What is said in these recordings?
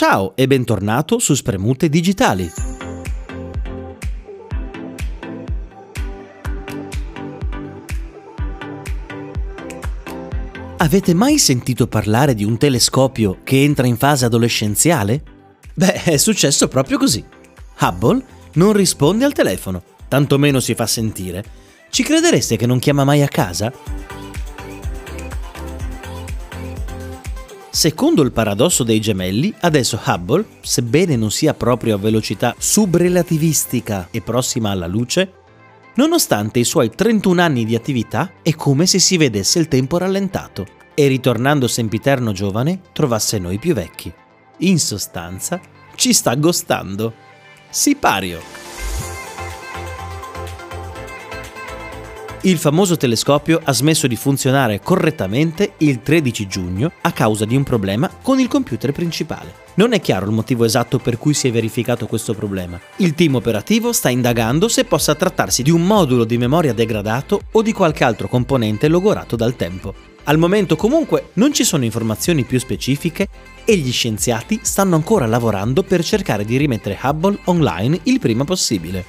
Ciao e bentornato su Spremute Digitali. Avete mai sentito parlare di un telescopio che entra in fase adolescenziale? Beh, è successo proprio così. Hubble non risponde al telefono, tantomeno si fa sentire. Ci credereste che non chiama mai a casa? Secondo il paradosso dei gemelli, adesso Hubble, sebbene non sia proprio a velocità subrelativistica e prossima alla luce, nonostante i suoi 31 anni di attività, è come se si vedesse il tempo rallentato e ritornando sempiterno giovane trovasse noi più vecchi. In sostanza, ci sta ghostando. Sipario! Il famoso telescopio ha smesso di funzionare correttamente il 13 giugno a causa di un problema con il computer principale. Non è chiaro il motivo esatto per cui si è verificato questo problema. Il team operativo sta indagando se possa trattarsi di un modulo di memoria degradato o di qualche altro componente logorato dal tempo. Al momento comunque non ci sono informazioni più specifiche e gli scienziati stanno ancora lavorando per cercare di rimettere Hubble online il prima possibile.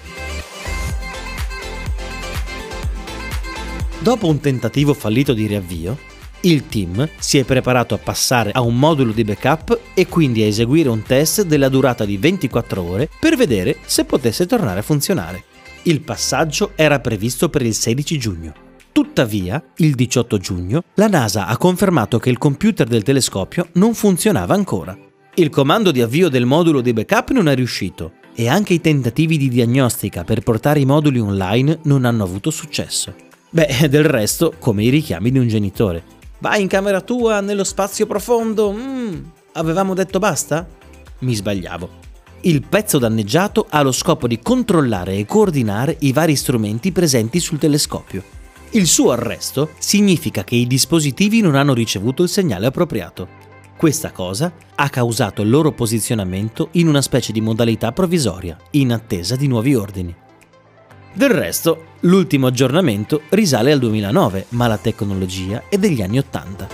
Dopo un tentativo fallito di riavvio, il team si è preparato a passare a un modulo di backup e quindi a eseguire un test della durata di 24 ore per vedere se potesse tornare a funzionare. Il passaggio era previsto per il 16 giugno. Tuttavia, il 18 giugno, la NASA ha confermato che il computer del telescopio non funzionava ancora. Il comando di avvio del modulo di backup non è riuscito e anche i tentativi di diagnostica per portare i moduli online non hanno avuto successo. Beh, del resto, come i richiami di un genitore. Vai in camera tua, nello spazio profondo. Avevamo detto basta? Mi sbagliavo. Il pezzo danneggiato ha lo scopo di controllare e coordinare i vari strumenti presenti sul telescopio. Il suo arresto significa che i dispositivi non hanno ricevuto il segnale appropriato. Questa cosa ha causato il loro posizionamento in una specie di modalità provvisoria, in attesa di nuovi ordini. Del resto, l'ultimo aggiornamento risale al 2009, ma la tecnologia è degli anni 80.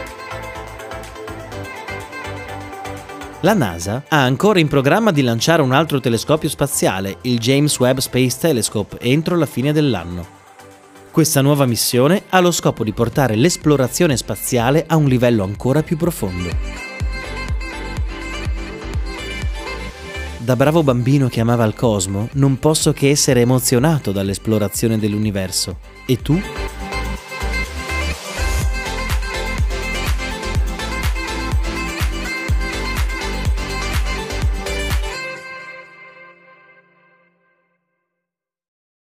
La NASA ha ancora in programma di lanciare un altro telescopio spaziale, il James Webb Space Telescope, entro la fine dell'anno. Questa nuova missione ha lo scopo di portare l'esplorazione spaziale a un livello ancora più profondo. Da bravo bambino che amava il cosmo, non posso che essere emozionato dall'esplorazione dell'universo. E tu?